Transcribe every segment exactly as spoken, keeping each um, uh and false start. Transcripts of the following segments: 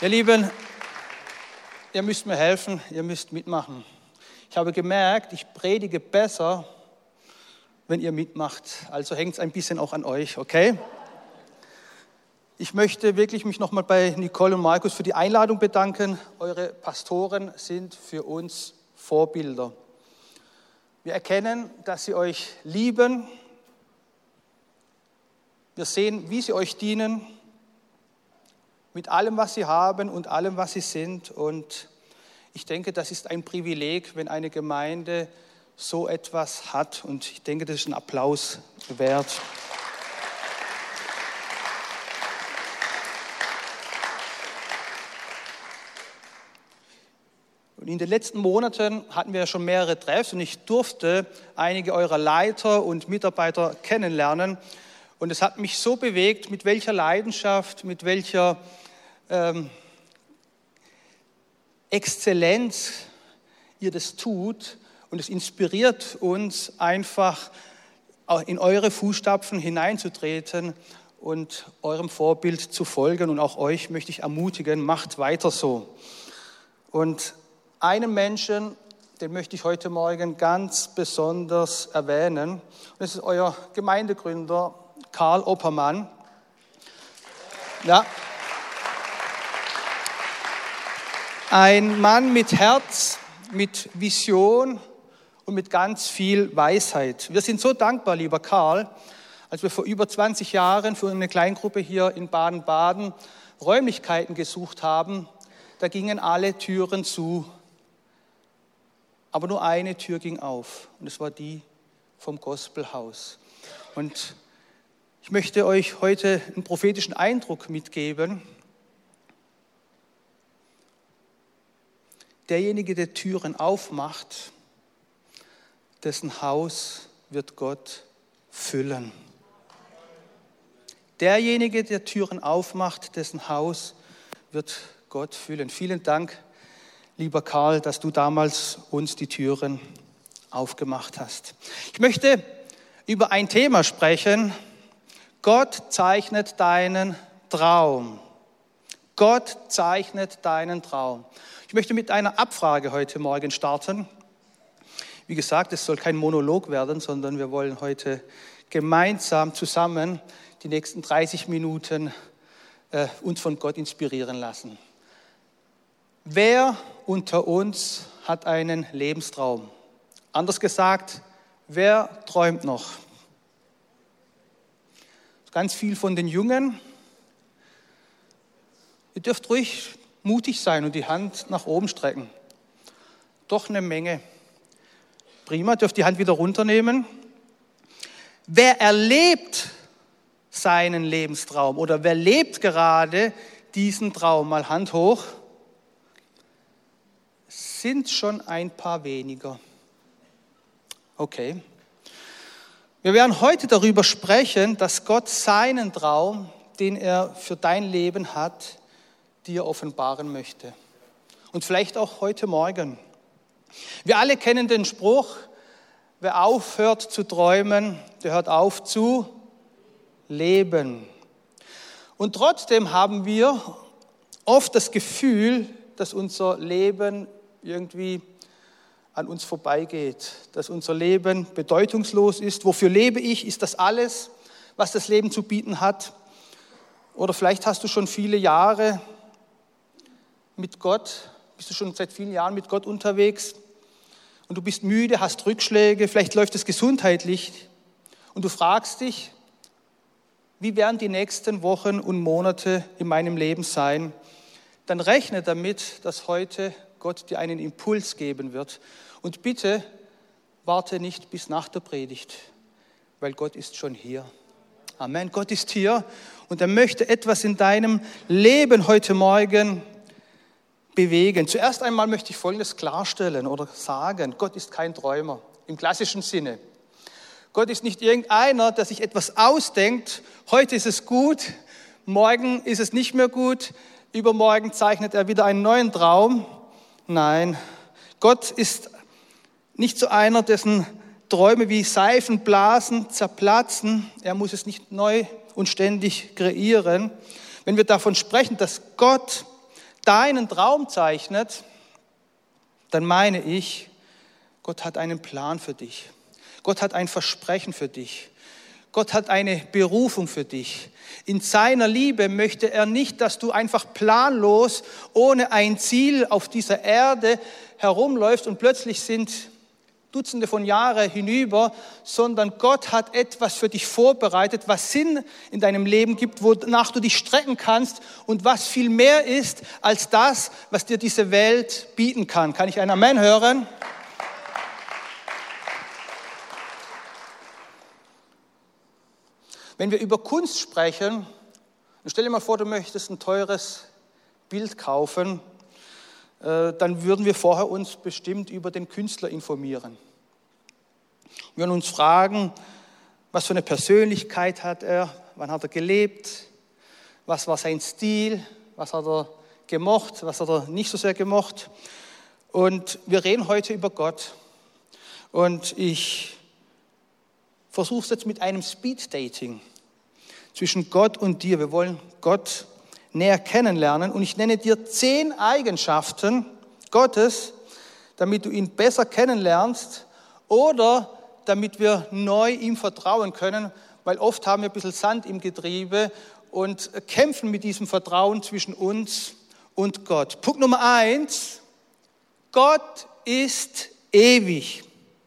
Ihr Lieben, ihr müsst mir helfen, ihr müsst mitmachen. Ich habe gemerkt, ich predige besser, wenn ihr mitmacht. Also hängt es ein bisschen auch an euch, okay? Ich möchte wirklich mich nochmal bei Nicole und Markus für die Einladung bedanken. Eure Pastoren sind für uns Vorbilder. Wir erkennen, dass sie euch lieben. Wir sehen, wie sie euch dienen, mit allem, was sie haben und allem, was sie sind. Und ich denke, das ist ein Privileg, wenn eine Gemeinde so etwas hat. Und ich denke, das ist ein Applaus wert. Und in den letzten Monaten hatten wir ja schon mehrere Treffs und ich durfte einige eurer Leiter und Mitarbeiter kennenlernen. Und es hat mich so bewegt, mit welcher Leidenschaft, mit welcher ähm, Exzellenz ihr das tut. Und es inspiriert uns einfach, in eure Fußstapfen hineinzutreten und eurem Vorbild zu folgen. Und auch euch möchte ich ermutigen, macht weiter so. Und einen Menschen, den möchte ich heute Morgen ganz besonders erwähnen. Und das ist euer Gemeindegründer Karl Oppermann. Ja. Ein Mann mit Herz, mit Vision und mit ganz viel Weisheit. Wir sind so dankbar, lieber Karl, als wir vor über zwanzig Jahren für eine Kleingruppe hier in Baden-Baden Räumlichkeiten gesucht haben. Da gingen alle Türen zu, aber nur eine Tür ging auf und das war die vom Gospelhaus. Und ich möchte euch heute einen prophetischen Eindruck mitgeben. Derjenige, der Türen aufmacht, dessen Haus wird Gott füllen. Derjenige, der Türen aufmacht, dessen Haus wird Gott füllen. Vielen Dank, lieber Karl, dass du damals uns die Türen aufgemacht hast. Ich möchte über ein Thema sprechen. Gott zeichnet deinen Traum. Gott zeichnet deinen Traum. Ich möchte mit einer Abfrage heute Morgen starten. Wie gesagt, es soll kein Monolog werden, sondern wir wollen heute gemeinsam zusammen die nächsten dreißig Minuten äh, uns von Gott inspirieren lassen. Wer unter uns hat einen Lebenstraum? Anders gesagt, wer träumt noch? Ganz viel von den Jungen. Ihr dürft ruhig mutig sein und die Hand nach oben strecken. Doch eine Menge. Prima, dürft die Hand wieder runternehmen. Wer erlebt seinen Lebenstraum oder wer lebt gerade diesen Traum? Mal Hand hoch. Sind schon ein paar weniger. Okay. Wir werden heute darüber sprechen, dass Gott seinen Traum, den er für dein Leben hat, dir offenbaren möchte. Und vielleicht auch heute Morgen. Wir alle kennen den Spruch, wer aufhört zu träumen, der hört auf zu leben. Und trotzdem haben wir oft das Gefühl, dass unser Leben irgendwie an uns vorbeigeht, dass unser Leben bedeutungslos ist. Wofür lebe ich? Ist das alles, was das Leben zu bieten hat? Oder vielleicht hast du schon viele Jahre mit Gott, bist du schon seit vielen Jahren mit Gott unterwegs und du bist müde, hast Rückschläge, vielleicht läuft es gesundheitlich und du fragst dich, wie werden die nächsten Wochen und Monate in meinem Leben sein? Dann rechne damit, dass heute Gott dir einen Impuls geben wird. Und bitte warte nicht bis nach der Predigt, weil Gott ist schon hier. Amen. Gott ist hier und er möchte etwas in deinem Leben heute Morgen bewegen. Zuerst einmal möchte ich Folgendes klarstellen oder sagen. Gott ist kein Träumer im klassischen Sinne. Gott ist nicht irgendeiner, der sich etwas ausdenkt. Heute ist es gut, morgen ist es nicht mehr gut, übermorgen zeichnet er wieder einen neuen Traum. Nein, Gott ist nicht so einer, dessen Träume wie Seifenblasen zerplatzen. Er muss es nicht neu und ständig kreieren. Wenn wir davon sprechen, dass Gott deinen Traum zeichnet, dann meine ich, Gott hat einen Plan für dich. Gott hat ein Versprechen für dich. Gott hat eine Berufung für dich. In seiner Liebe möchte er nicht, dass du einfach planlos, ohne ein Ziel auf dieser Erde herumläufst und plötzlich sind Dutzende von Jahren hinüber, sondern Gott hat etwas für dich vorbereitet, was Sinn in deinem Leben gibt, wonach du dich strecken kannst und was viel mehr ist als das, was dir diese Welt bieten kann. Kann ich ein Amen hören? Wenn wir über Kunst sprechen, stell dir mal vor, du möchtest ein teures Bild kaufen, dann würden wir vorher uns bestimmt über den Künstler informieren. Wir würden uns fragen, was für eine Persönlichkeit hat er, wann hat er gelebt, was war sein Stil, was hat er gemocht, was hat er nicht so sehr gemocht. Und wir reden heute über Gott. Und ich versuche es jetzt mit einem Speed-Dating zwischen Gott und dir. Wir wollen Gott näher kennenlernen und ich nenne dir zehn Eigenschaften Gottes, damit du ihn besser kennenlernst oder damit wir neu ihm vertrauen können, weil oft haben wir ein bisschen Sand im Getriebe und kämpfen mit diesem Vertrauen zwischen uns und Gott. Punkt Nummer eins, Gott ist ewig.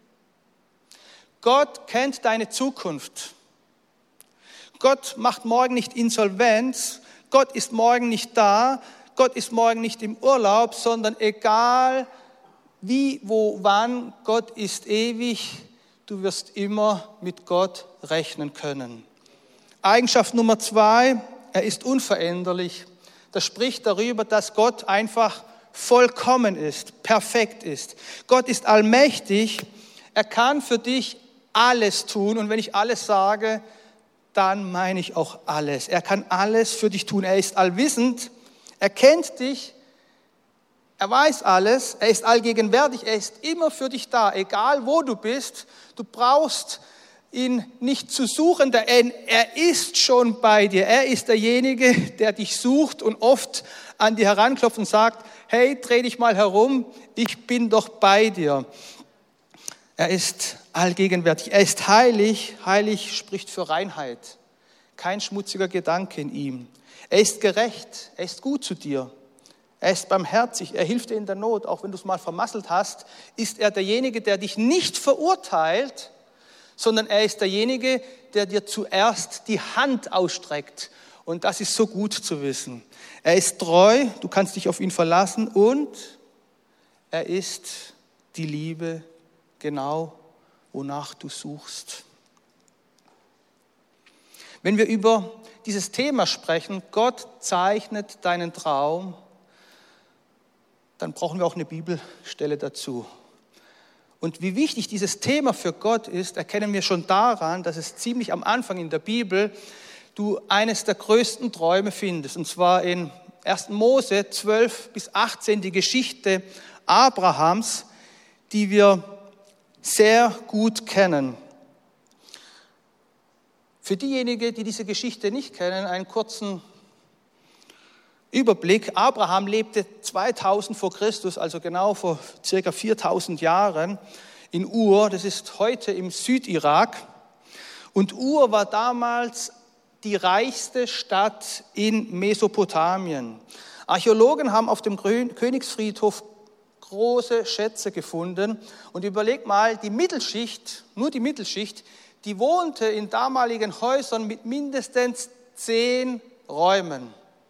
Gott kennt deine Zukunft. Gott macht morgen nicht Insolvenz. Gott ist morgen nicht da. Gott ist morgen nicht im Urlaub, sondern egal wie, wo, wann, Gott ist ewig. Du wirst immer mit Gott rechnen können. Eigenschaft Nummer zwei, er ist unveränderlich. Das spricht darüber, dass Gott einfach vollkommen ist, perfekt ist. Gott ist allmächtig. Er kann für dich alles tun und wenn ich alles sage, dann meine ich auch alles. Er kann alles für dich tun. Er ist allwissend, er kennt dich, er weiß alles, er ist allgegenwärtig, er ist immer für dich da, egal wo du bist. Du brauchst ihn nicht zu suchen, denn er ist schon bei dir. Er ist derjenige, der dich sucht und oft an dir heranklopft und sagt, hey, dreh dich mal herum, ich bin doch bei dir. Er ist allgegenwärtig, er ist heilig. Heilig spricht für Reinheit. Kein schmutziger Gedanke in ihm. Er ist gerecht, er ist gut zu dir. Er ist barmherzig, er hilft dir in der Not. Auch wenn du es mal vermasselt hast, ist er derjenige, der dich nicht verurteilt, sondern er ist derjenige, der dir zuerst die Hand ausstreckt. Und das ist so gut zu wissen. Er ist treu, du kannst dich auf ihn verlassen und er ist die Liebe, genau, wonach du suchst. Wenn wir über dieses Thema sprechen, Gott zeichnet deinen Traum, dann brauchen wir auch eine Bibelstelle dazu. Und wie wichtig dieses Thema für Gott ist, erkennen wir schon daran, dass es ziemlich am Anfang in der Bibel du eines der größten Träume findest. Und zwar in ersten Mose zwölf bis achtzehn, die Geschichte Abrahams, die wir sehr gut kennen. Für diejenigen, die diese Geschichte nicht kennen, einen kurzen Überblick. Abraham lebte zweitausend vor Christus, also genau vor circa viertausend Jahren in Ur. Das ist heute im Südirak. Und Ur war damals die reichste Stadt in Mesopotamien. Archäologen haben auf dem Königsfriedhof große Schätze gefunden. Und überleg mal, die Mittelschicht, nur die Mittelschicht, die wohnte in damaligen Häusern mit mindestens zehn Räumen.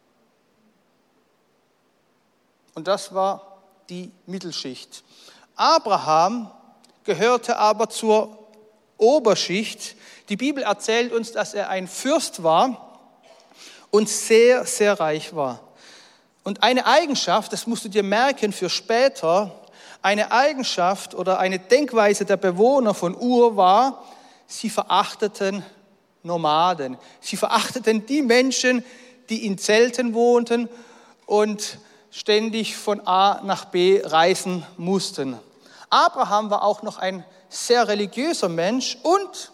Und das war die Mittelschicht. Abraham gehörte aber zur Oberschicht. Die Bibel erzählt uns, dass er ein Fürst war und sehr, sehr reich war. Und eine Eigenschaft, das musst du dir merken für später, eine Eigenschaft oder eine Denkweise der Bewohner von Ur war, sie verachteten Nomaden. Sie verachteten die Menschen, die in Zelten wohnten und ständig von A nach B reisen mussten. Abraham war auch noch ein sehr religiöser Mensch und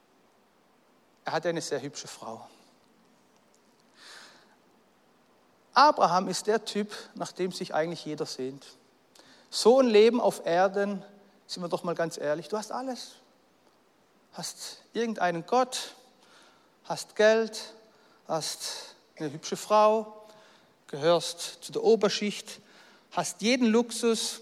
er hatte eine sehr hübsche Frau. Abraham ist der Typ, nach dem sich eigentlich jeder sehnt. So ein Leben auf Erden, sind wir doch mal ganz ehrlich, du hast alles. Hast irgendeinen Gott, hast Geld, hast eine hübsche Frau, gehörst zu der Oberschicht, hast jeden Luxus,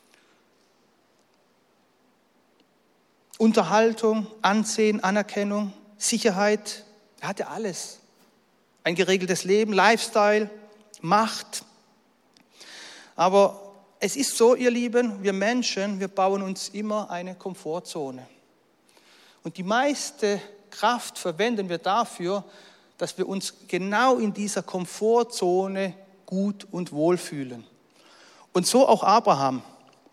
Unterhaltung, Ansehen, Anerkennung, Sicherheit. Er hatte alles. Ein geregeltes Leben, Lifestyle, Macht. Aber es ist so, ihr Lieben, wir Menschen, wir bauen uns immer eine Komfortzone. Und die meiste Kraft verwenden wir dafür, dass wir uns genau in dieser Komfortzone gut und wohl fühlen. Und so auch Abraham.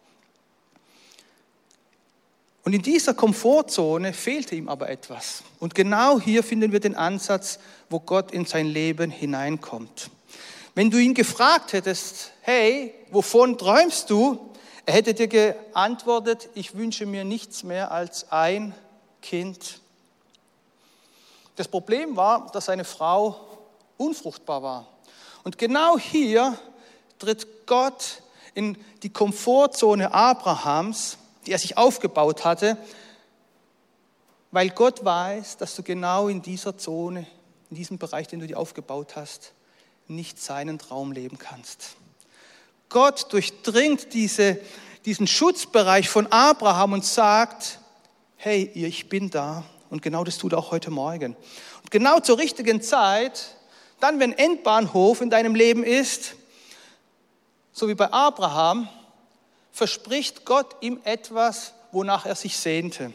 Und in dieser Komfortzone fehlte ihm aber etwas. Und genau hier finden wir den Ansatz, wo Gott in sein Leben hineinkommt. Wenn du ihn gefragt hättest, hey, wovon träumst du? Er hätte dir geantwortet, ich wünsche mir nichts mehr als ein Kind. Das Problem war, dass seine Frau unfruchtbar war. Und genau hier tritt Gott in die Komfortzone Abrahams, die er sich aufgebaut hatte, weil Gott weiß, dass du genau in dieser Zone, in diesem Bereich, den du dir aufgebaut hast, nicht seinen Traum leben kannst. Gott durchdringt diese, diesen Schutzbereich von Abraham und sagt, hey, ich bin da. Und genau das tut er auch heute Morgen. Und genau zur richtigen Zeit, dann wenn Endbahnhof in deinem Leben ist, so wie bei Abraham, verspricht Gott ihm etwas, wonach er sich sehnte.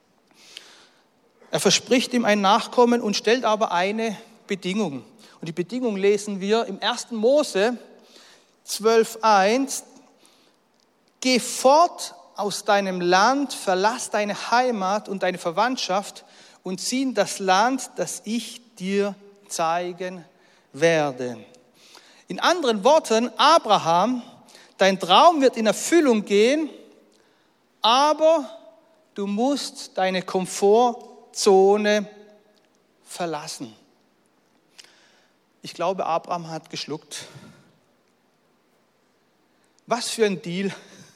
Er verspricht ihm ein Nachkommen und stellt aber eine Bedingung. Und die Bedingung lesen wir im ersten Mose zwölf eins. Geh fort aus deinem Land, verlass deine Heimat und deine Verwandtschaft und zieh in das Land, das ich dir zeigen werde. In anderen Worten, Abraham, dein Traum wird in Erfüllung gehen, aber du musst deine Komfortzone verlassen. Ich glaube, Abraham hat geschluckt. Was für ein Deal.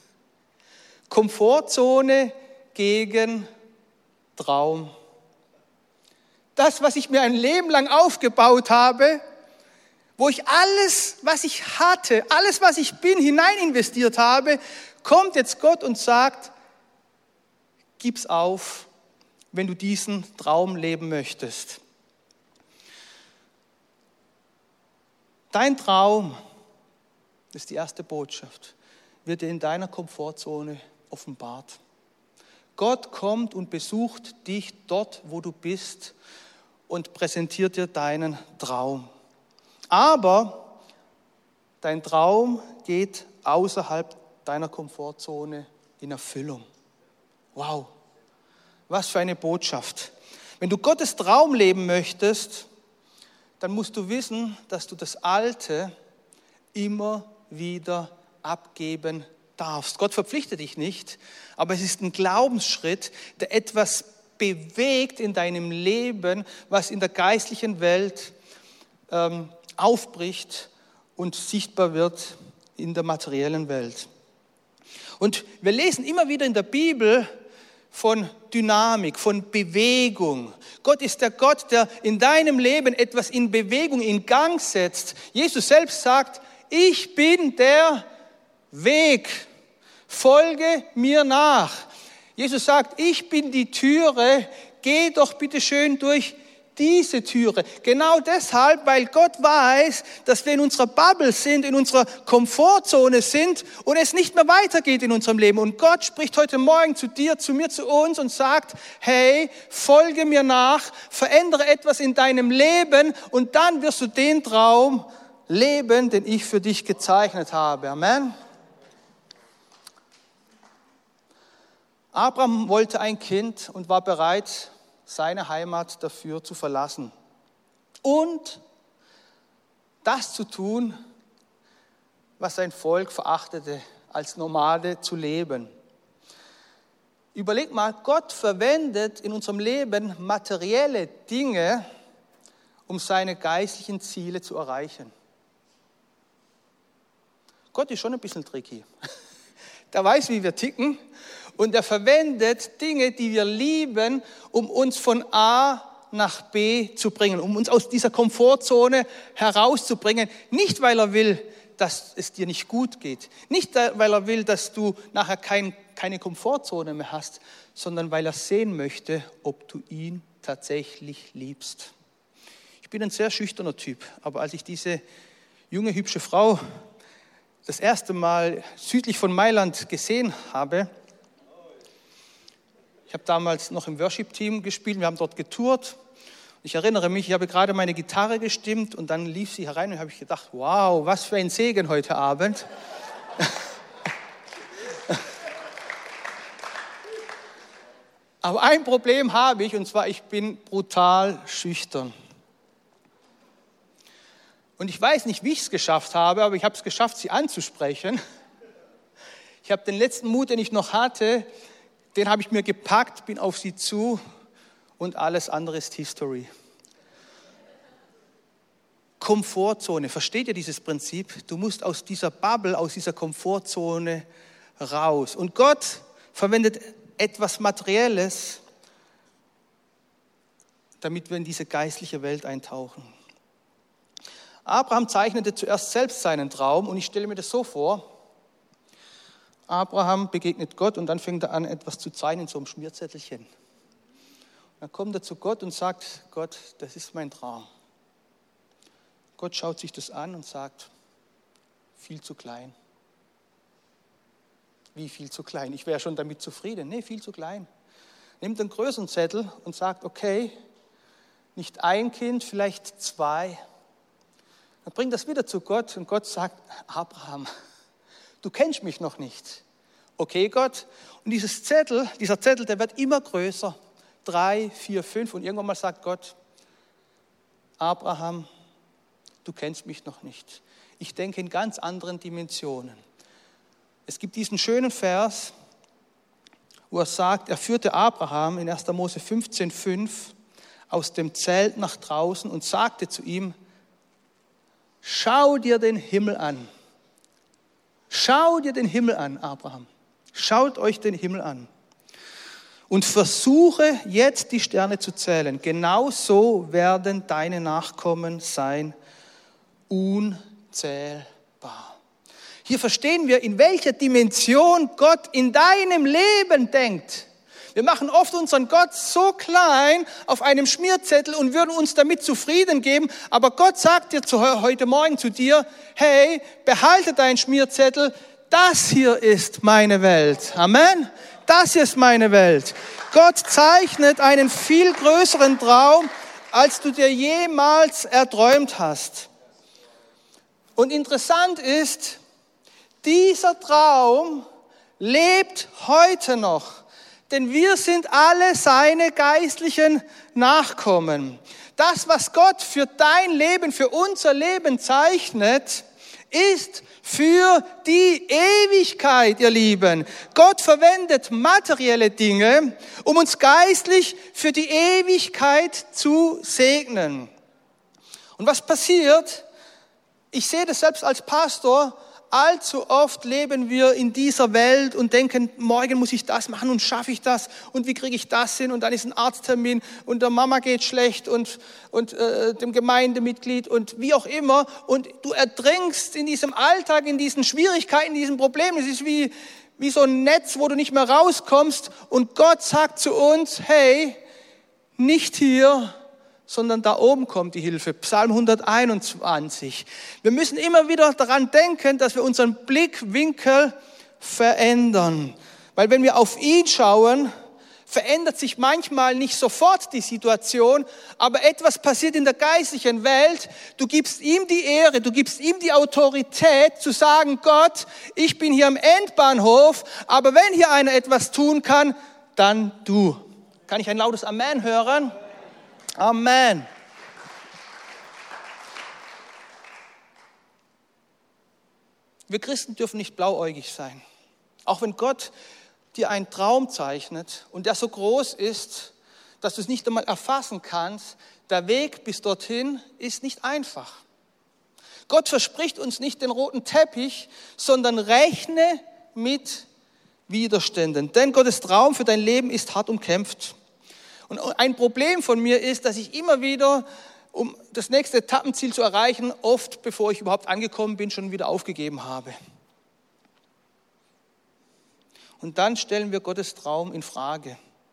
Komfortzone gegen Traum. Das, was ich mir ein Leben lang aufgebaut habe, wo ich alles, was ich hatte, alles, was ich bin, hinein investiert habe, kommt jetzt Gott und sagt, gib's auf, wenn du diesen Traum leben möchtest. Dein Traum, das ist die erste Botschaft, wird dir in deiner Komfortzone offenbart. Gott kommt und besucht dich dort, wo du bist und präsentiert dir deinen Traum. Aber dein Traum geht außerhalb deiner Komfortzone in Erfüllung. Wow, was für eine Botschaft. Wenn du Gottes Traum leben möchtest, dann musst du wissen, dass du das Alte immer wieder abgeben darfst. Gott verpflichtet dich nicht, aber es ist ein Glaubensschritt, der etwas bewegt in deinem Leben, was in der geistlichen Welt ähm, aufbricht und sichtbar wird in der materiellen Welt. Und wir lesen immer wieder in der Bibel von Dynamik, von Bewegung. Gott ist der Gott, der in deinem Leben etwas in Bewegung, in Gang setzt. Jesus selbst sagt, ich bin der Weg, folge mir nach. Jesus sagt, ich bin die Türe, geh doch bitte schön durch diese Türe. Genau deshalb, weil Gott weiß, dass wir in unserer Bubble sind, in unserer Komfortzone sind und es nicht mehr weitergeht in unserem Leben. Und Gott spricht heute Morgen zu dir, zu mir, zu uns und sagt, hey, folge mir nach, verändere etwas in deinem Leben und dann wirst du den Traum leben, den ich für dich gezeichnet habe. Amen. Abraham wollte ein Kind und war bereit, seine Heimat dafür zu verlassen und das zu tun, was sein Volk verachtete, als Nomade zu leben. Überleg mal, Gott verwendet in unserem Leben materielle Dinge, um seine geistlichen Ziele zu erreichen. Gott ist schon ein bisschen tricky. Der weiß, wie wir ticken und er verwendet Dinge, die wir lieben, um uns von A nach B zu bringen, um uns aus dieser Komfortzone herauszubringen. Nicht, weil er will, dass es dir nicht gut geht. Nicht, weil er will, dass du nachher kein, keine Komfortzone mehr hast, sondern weil er sehen möchte, ob du ihn tatsächlich liebst. Ich bin ein sehr schüchterner Typ, aber als ich diese junge, hübsche Frau das erste Mal südlich von Mailand gesehen habe, ich habe damals noch im Worship-Team gespielt, wir haben dort getourt. Ich erinnere mich, ich habe gerade meine Gitarre gestimmt und dann lief sie herein und habe ich gedacht, wow, was für ein Segen heute Abend. Aber ein Problem habe ich, und zwar, ich bin brutal schüchtern. Und ich weiß nicht, wie ich es geschafft habe, aber ich habe es geschafft, sie anzusprechen. Ich habe den letzten Mut, den ich noch hatte, den habe ich mir gepackt, bin auf sie zu und alles andere ist History. Komfortzone, versteht ihr dieses Prinzip? Du musst aus dieser Bubble, aus dieser Komfortzone raus. Und Gott verwendet etwas Materielles, damit wir in diese geistliche Welt eintauchen. Abraham zeichnete zuerst selbst seinen Traum und ich stelle mir das so vor, Abraham begegnet Gott und dann fängt er an, etwas zu zeichnen, so ein Schmierzettelchen. Dann kommt er zu Gott und sagt, Gott, das ist mein Traum. Gott schaut sich das an und sagt, viel zu klein. Wie viel zu klein? Ich wäre schon damit zufrieden. Nee, viel zu klein. Nimmt einen größeren Zettel und sagt, okay, nicht ein Kind, vielleicht zwei. Dann bringt das wieder zu Gott und Gott sagt, Abraham, du kennst mich noch nicht. Okay, Gott. Und dieses Zettel, dieser Zettel, der wird immer größer. Drei, vier, fünf. Und irgendwann mal sagt Gott, Abraham, du kennst mich noch nicht. Ich denke in ganz anderen Dimensionen. Es gibt diesen schönen Vers, wo er sagt, er führte Abraham in erster Mose fünfzehn fünf aus dem Zelt nach draußen und sagte zu ihm, schau dir den Himmel an. Schau dir den Himmel an, Abraham. Schaut euch den Himmel an. Und versuche jetzt die Sterne zu zählen. Genauso werden deine Nachkommen sein, unzählbar. Hier verstehen wir, in welcher Dimension Gott in deinem Leben denkt. Wir machen oft unseren Gott so klein auf einem Schmierzettel und würden uns damit zufrieden geben. Aber Gott sagt dir zu, heute Morgen zu dir, hey, behalte deinen Schmierzettel. Das hier ist meine Welt. Amen. Das hier ist meine Welt. Gott zeichnet einen viel größeren Traum, als du dir jemals erträumt hast. Und interessant ist, dieser Traum lebt heute noch. Denn wir sind alle seine geistlichen Nachkommen. Das, was Gott für dein Leben, für unser Leben zeichnet, ist für die Ewigkeit, ihr Lieben. Gott verwendet materielle Dinge, um uns geistlich für die Ewigkeit zu segnen. Und was passiert? Ich sehe das selbst als Pastor. Allzu oft leben wir in dieser Welt und denken, morgen muss ich das machen und schaffe ich das und wie kriege ich das hin und dann ist ein Arzttermin und der Mama geht schlecht und, und äh, dem Gemeindemitglied und wie auch immer und du erdrinkst in diesem Alltag, in diesen Schwierigkeiten, in diesen Problemen. Es ist wie, wie so ein Netz, wo du nicht mehr rauskommst und Gott sagt zu uns, hey, nicht hier, sondern da oben kommt die Hilfe. Psalm hunderteinundzwanzig. Wir müssen immer wieder daran denken, dass wir unseren Blickwinkel verändern. Weil wenn wir auf ihn schauen, verändert sich manchmal nicht sofort die Situation, aber etwas passiert in der geistlichen Welt. Du gibst ihm die Ehre, du gibst ihm die Autorität zu sagen, Gott, ich bin hier am Endbahnhof, aber wenn hier einer etwas tun kann, dann du. Kann ich ein lautes Amen hören? Amen. Wir Christen dürfen nicht blauäugig sein. Auch wenn Gott dir einen Traum zeichnet und der so groß ist, dass du es nicht einmal erfassen kannst, der Weg bis dorthin ist nicht einfach. Gott verspricht uns nicht den roten Teppich, sondern rechne mit Widerständen. Denn Gottes Traum für dein Leben ist hart umkämpft. Und ein Problem von mir ist, dass ich immer wieder, um das nächste Etappenziel zu erreichen, oft, bevor ich überhaupt angekommen bin, schon wieder aufgegeben habe. Und dann stellen wir Gottes Traum in Frage.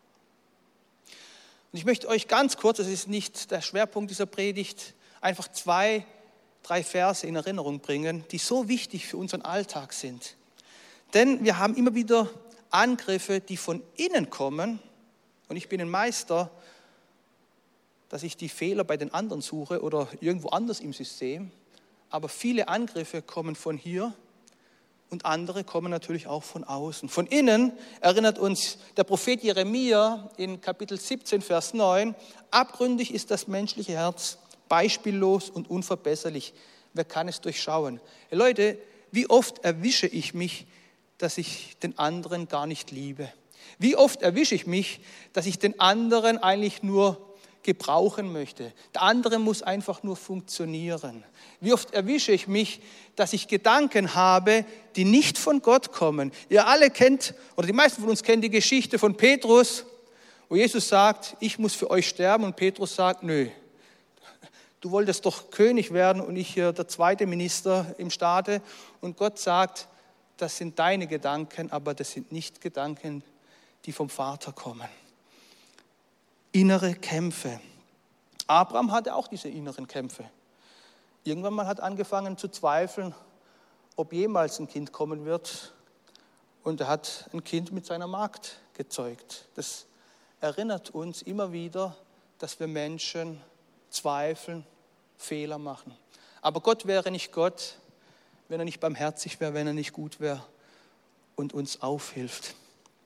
Und ich möchte euch ganz kurz, das ist nicht der Schwerpunkt dieser Predigt, einfach zwei, drei Verse in Erinnerung bringen, die so wichtig für unseren Alltag sind. Denn wir haben immer wieder Angriffe, die von innen kommen. Und ich bin ein Meister, dass ich die Fehler bei den anderen suche oder irgendwo anders im System. Aber viele Angriffe kommen von hier und andere kommen natürlich auch von außen. Von innen erinnert uns der Prophet Jeremia in Kapitel siebzehn, Vers neun, abgründig ist das menschliche Herz, beispiellos und unverbesserlich. Wer kann es durchschauen? Hey Leute, wie oft erwische ich mich, dass ich den anderen gar nicht liebe? Wie oft erwische ich mich, dass ich den anderen eigentlich nur gebrauchen möchte? Der andere muss einfach nur funktionieren. Wie oft erwische ich mich, dass ich Gedanken habe, die nicht von Gott kommen? Ihr alle kennt, oder die meisten von uns kennen die Geschichte von Petrus, wo Jesus sagt, ich muss für euch sterben, und Petrus sagt, nö, du wolltest doch König werden und ich hier der zweite Minister im Staate. Und Gott sagt, das sind deine Gedanken, aber das sind nicht Gedanken, die vom Vater kommen. Innere Kämpfe. Abraham hatte auch diese inneren Kämpfe. Irgendwann mal hat angefangen zu zweifeln, ob jemals ein Kind kommen wird. Und er hat ein Kind mit seiner Magd gezeugt. Das erinnert uns immer wieder, dass wir Menschen zweifeln, Fehler machen. Aber Gott wäre nicht Gott, wenn er nicht barmherzig wäre, wenn er nicht gut wäre und uns aufhilft.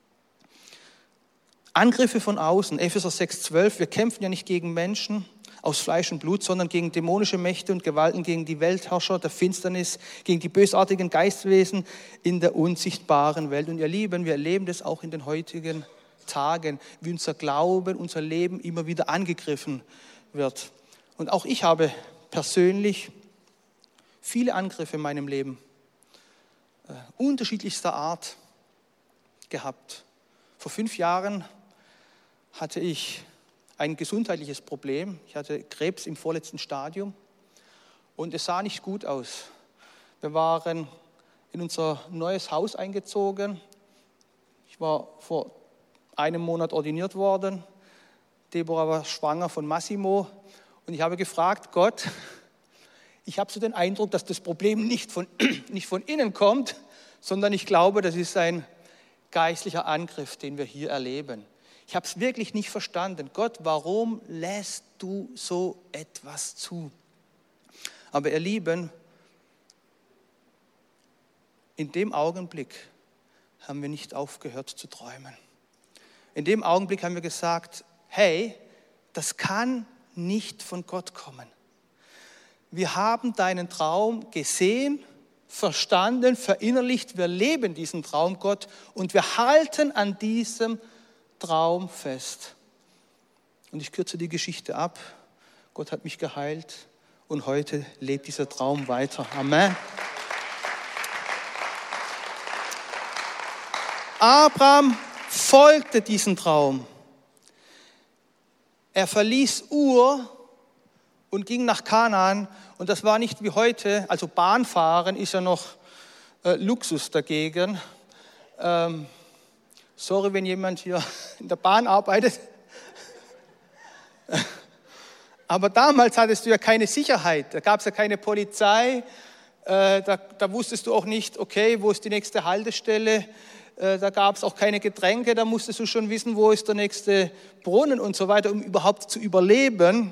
Angriffe von außen, Epheser sechs, zwölf, wir kämpfen ja nicht gegen Menschen aus Fleisch und Blut, sondern gegen dämonische Mächte und Gewalten, gegen die Weltherrscher der Finsternis, gegen die bösartigen Geistwesen in der unsichtbaren Welt. Und ihr Lieben, wir erleben das auch in den heutigen Tagen, wie unser Glauben, unser Leben immer wieder angegriffen wird. Und auch ich habe persönlich viele Angriffe in meinem Leben, äh, unterschiedlichster Art gehabt. Vor fünf Jahren hatte ich ein gesundheitliches Problem. Ich hatte Krebs im vorletzten Stadium und es sah nicht gut aus. Wir waren in unser neues Haus eingezogen. Ich war vor einem Monat ordiniert worden. Deborah war schwanger von Massimo und ich habe gefragt, Gott, ich habe so den Eindruck, dass das Problem nicht von, nicht von innen kommt, sondern ich glaube, das ist ein geistlicher Angriff, den wir hier erleben. Ich habe es wirklich nicht verstanden. Gott, warum lässt du so etwas zu? Aber ihr Lieben, in dem Augenblick haben wir nicht aufgehört zu träumen. In dem Augenblick haben wir gesagt, hey, das kann nicht von Gott kommen. Wir haben deinen Traum gesehen, verstanden, verinnerlicht. Wir leben diesen Traum, Gott, und wir halten an diesem Traum fest. Und ich kürze die Geschichte ab. Gott hat mich geheilt und heute lebt dieser Traum weiter. Amen. Abraham folgte diesem Traum. Er verließ Ur und ging nach Kanaan. Und das war nicht wie heute, also Bahnfahren ist ja noch äh, Luxus dagegen. Ähm, sorry, wenn jemand hier in der Bahn arbeitet. Aber damals hattest du ja keine Sicherheit, da gab es ja keine Polizei, äh, da, da wusstest du auch nicht, okay, wo ist die nächste Haltestelle, äh, da gab es auch keine Getränke, da musstest du schon wissen, wo ist der nächste Brunnen und so weiter, um überhaupt zu überleben.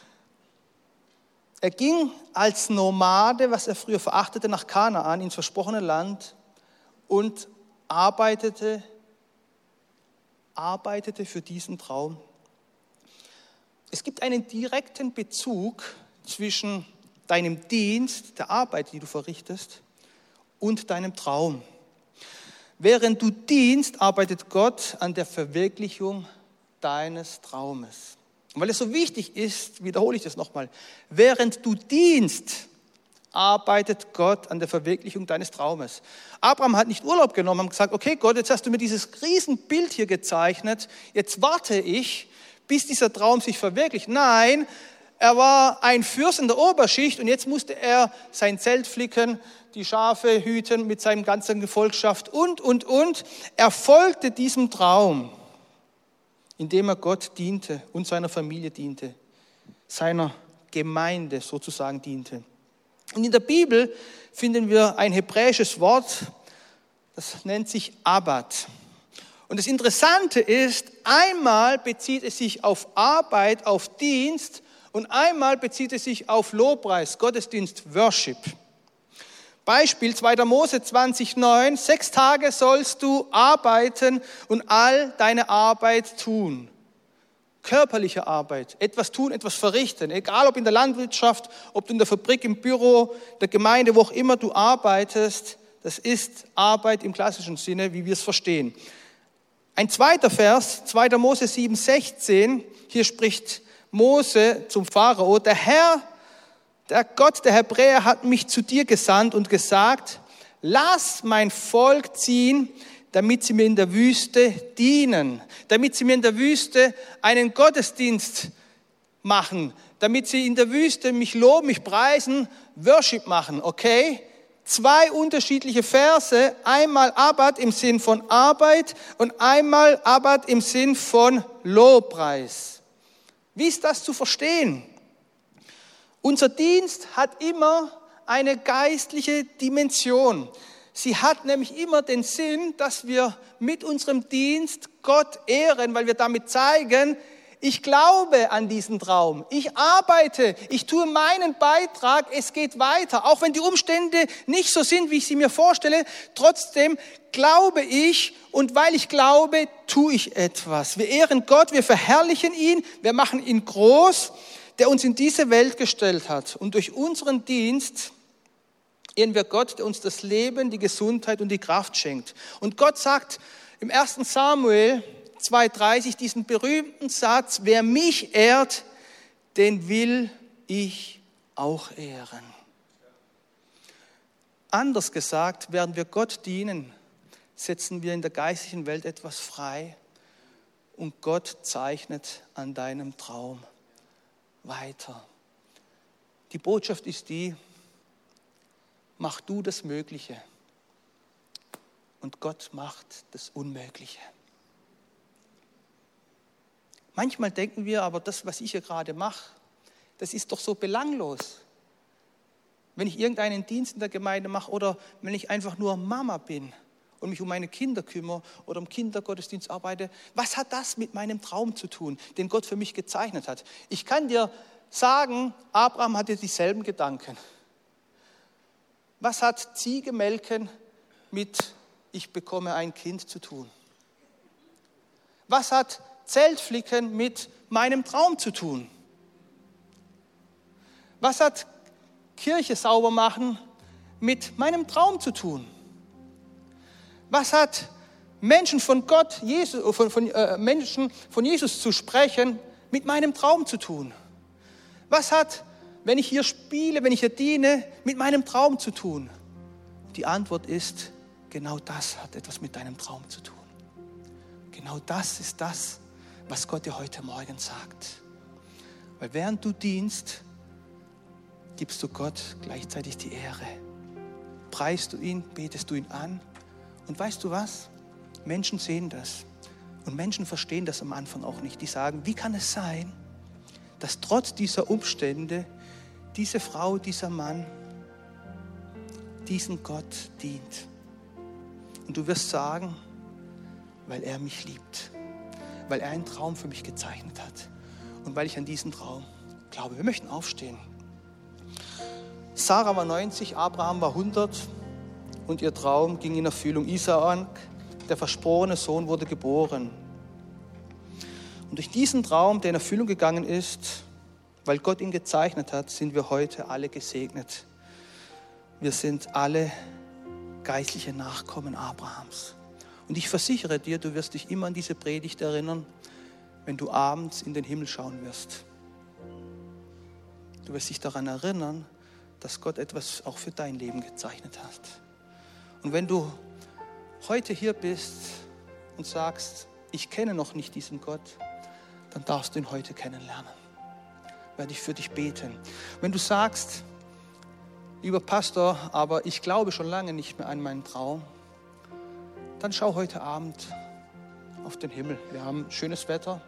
Er ging als Nomade, was er früher verachtete, nach Kanaan, ins versprochene Land und arbeitete, arbeitete für diesen Traum. Es gibt einen direkten Bezug zwischen deinem Dienst, der Arbeit, die du verrichtest, und deinem Traum. Während du dienst, arbeitet Gott an der Verwirklichung deines Traumes. Und weil es so wichtig ist, wiederhole ich das nochmal, während du dienst, arbeitet Gott an der Verwirklichung deines Traumes. Abraham hat nicht Urlaub genommen und gesagt, okay Gott, jetzt hast du mir dieses Riesenbild hier gezeichnet, jetzt warte ich, bis dieser Traum sich verwirklicht. Nein, er war ein Fürst in der Oberschicht und jetzt musste er sein Zelt flicken, die Schafe hüten mit seinem ganzen Gefolgschaft und, und, und. Er folgte diesem Traum, indem er Gott diente und seiner Familie diente, seiner Gemeinde sozusagen diente. Und in der Bibel finden wir ein hebräisches Wort, das nennt sich Abad. Und das Interessante ist, einmal bezieht es sich auf Arbeit, auf Dienst und einmal bezieht es sich auf Lobpreis, Gottesdienst, Worship. Beispiel zweiter Mose zwanzig neun, sechs Tage sollst du arbeiten und all deine Arbeit tun. Körperliche Arbeit, etwas tun, etwas verrichten, egal ob in der Landwirtschaft, ob du in der Fabrik, im Büro, der Gemeinde, wo auch immer du arbeitest, das ist Arbeit im klassischen Sinne, wie wir es verstehen. Ein zweiter Vers, zweiter Mose sieben sechzehn, hier spricht Mose zum Pharao, der Herr, der Gott der Hebräer hat mich zu dir gesandt und gesagt, lass mein Volk ziehen, damit sie mir in der Wüste dienen, damit sie mir in der Wüste einen Gottesdienst machen, damit sie in der Wüste mich loben, mich preisen, Worship machen, okay? Zwei unterschiedliche Verse, einmal Abad im Sinn von Arbeit und einmal Abad im Sinn von Lobpreis. Wie ist das zu verstehen? Unser Dienst hat immer eine geistliche Dimension. Sie hat nämlich immer den Sinn, dass wir mit unserem Dienst Gott ehren, weil wir damit zeigen, ich glaube an diesen Traum, ich arbeite, ich tue meinen Beitrag, es geht weiter. Auch wenn die Umstände nicht so sind, wie ich sie mir vorstelle, trotzdem glaube ich und weil ich glaube, tue ich etwas. Wir ehren Gott, wir verherrlichen ihn, wir machen ihn groß, der uns in diese Welt gestellt hat. Und durch unseren Dienst ehren wir Gott, der uns das Leben, die Gesundheit und die Kraft schenkt. Und Gott sagt im ersten Samuel zwei dreißig diesen berühmten Satz, wer mich ehrt, den will ich auch ehren. Anders gesagt, während wir Gott dienen, setzen wir in der geistlichen Welt etwas frei und Gott zeichnet an deinem Traum weiter. Die Botschaft ist die, mach du das Mögliche und Gott macht das Unmögliche. Manchmal denken wir aber, das, was ich hier gerade mache, das ist doch so belanglos. Wenn ich irgendeinen Dienst in der Gemeinde mache oder wenn ich einfach nur Mama bin und mich um meine Kinder kümmere oder im Kindergottesdienst arbeite, was hat das mit meinem Traum zu tun, den Gott für mich gezeichnet hat? Ich kann dir sagen, Abraham hatte dieselben Gedanken. Was hat Ziege melken mit ich bekomme ein Kind zu tun? Was hat Zeltflicken mit meinem Traum zu tun? Was hat Kirche sauber machen mit meinem Traum zu tun? Was hat Menschen von Gott, Jesus, von, von, äh, Menschen von Jesus zu sprechen mit meinem Traum zu tun? Was hat, wenn ich hier spiele, wenn ich hier diene, mit meinem Traum zu tun? Die Antwort ist, genau das hat etwas mit deinem Traum zu tun. Genau das ist das, was Gott dir heute Morgen sagt. Weil während du dienst, gibst du Gott gleichzeitig die Ehre. Preist du ihn, betest du ihn an. Und weißt du was? Menschen sehen das. Und Menschen verstehen das am Anfang auch nicht. Die sagen, wie kann es sein, dass trotz dieser Umstände diese Frau, dieser Mann diesen Gott dient? Und du wirst sagen, weil er mich liebt. Weil er einen Traum für mich gezeichnet hat. Und weil ich an diesen Traum glaube. Wir möchten aufstehen. Sarah war neunzig, Abraham war hundert und ihr Traum ging in Erfüllung. Isaak, der versprochene Sohn, wurde geboren. Und durch diesen Traum, der in Erfüllung gegangen ist, weil Gott ihn gezeichnet hat, sind wir heute alle gesegnet. Wir sind alle geistliche Nachkommen Abrahams. Und ich versichere dir, du wirst dich immer an diese Predigt erinnern, wenn du abends in den Himmel schauen wirst. Du wirst dich daran erinnern, dass Gott etwas auch für dein Leben gezeichnet hat. Und wenn du heute hier bist und sagst, ich kenne noch nicht diesen Gott, dann darfst du ihn heute kennenlernen. Werde ich für dich beten. Wenn du sagst, lieber Pastor, aber ich glaube schon lange nicht mehr an meinen Traum, dann schau heute Abend auf den Himmel. Wir haben schönes Wetter.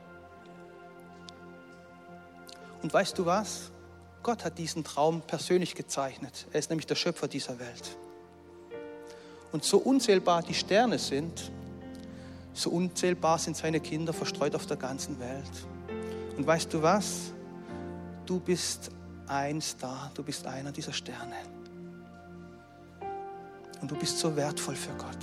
Und weißt du was? Gott hat diesen Traum persönlich gezeichnet. Er ist nämlich der Schöpfer dieser Welt. Und so unzählbar die Sterne sind, so unzählbar sind seine Kinder verstreut auf der ganzen Welt. Und weißt du was? Du bist ein Star, du bist einer dieser Sterne. Und du bist so wertvoll für Gott.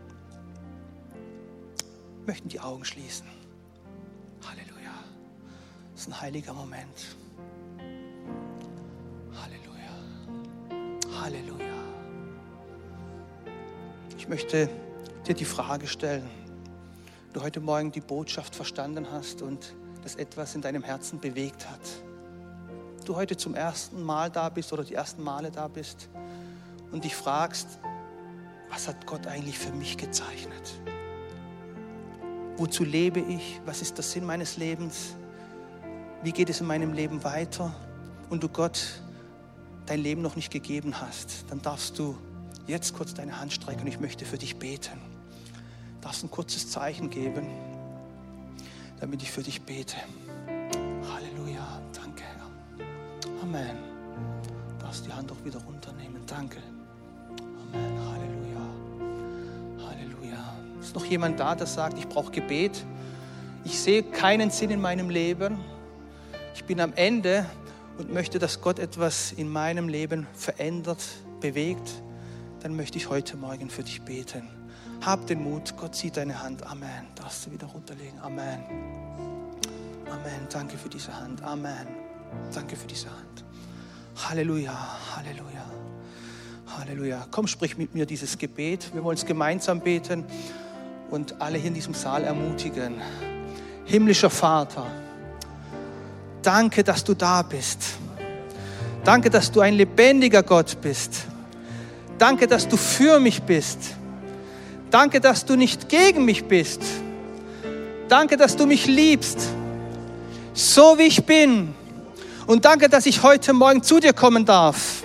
Wir möchten die Augen schließen. Halleluja. Das ist ein heiliger Moment. Halleluja. Halleluja. Ich möchte dir die Frage stellen, ob du heute Morgen die Botschaft verstanden hast und das etwas in deinem Herzen bewegt hat. Du heute zum ersten Mal da bist oder die ersten Male da bist und dich fragst, was hat Gott eigentlich für mich gezeichnet? Wozu lebe ich? Was ist der Sinn meines Lebens? Wie geht es in meinem Leben weiter? Und du Gott dein Leben noch nicht gegeben hast, dann darfst du jetzt kurz deine Hand strecken und ich möchte für dich beten. Du darfst ein kurzes Zeichen geben, damit ich für dich bete. Halleluja, danke Herr. Amen. Du darfst die Hand auch wieder runternehmen, danke. Amen, Halleluja, Halleluja. Ist noch jemand da, der sagt, ich brauche Gebet? Ich sehe keinen Sinn in meinem Leben. Ich bin am Ende und möchte, dass Gott etwas in meinem Leben verändert, bewegt. Dann möchte ich heute Morgen für dich beten. Hab den Mut, Gott sieht deine Hand. Amen. Darfst du wieder runterlegen. Amen. Amen. Danke für diese Hand. Amen. Danke für diese Hand. Halleluja. Halleluja. Halleluja. Komm, sprich mit mir dieses Gebet. Wir wollen es gemeinsam beten und alle hier in diesem Saal ermutigen. Himmlischer Vater, danke, dass du da bist. Danke, dass du ein lebendiger Gott bist. Danke, dass du für mich bist. Danke, dass du nicht gegen mich bist. Danke, dass du mich liebst, so wie ich bin. Und danke, dass ich heute Morgen zu dir kommen darf,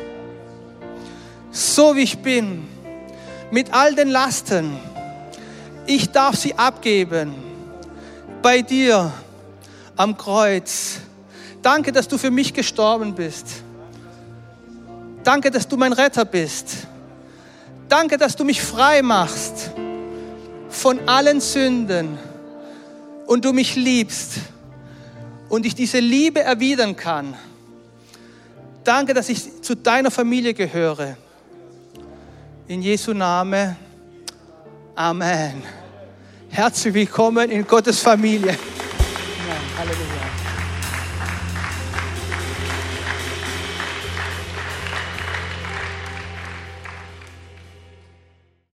so wie ich bin, mit all den Lasten. Ich darf sie abgeben bei dir am Kreuz. Danke, dass du für mich gestorben bist. Danke, dass du mein Retter bist. Danke, dass du mich frei machst von allen Sünden und du mich liebst und ich diese Liebe erwidern kann. Danke, dass ich zu deiner Familie gehöre. In Jesu Namen. Amen. Herzlich willkommen in Gottes Familie. Amen. Halleluja.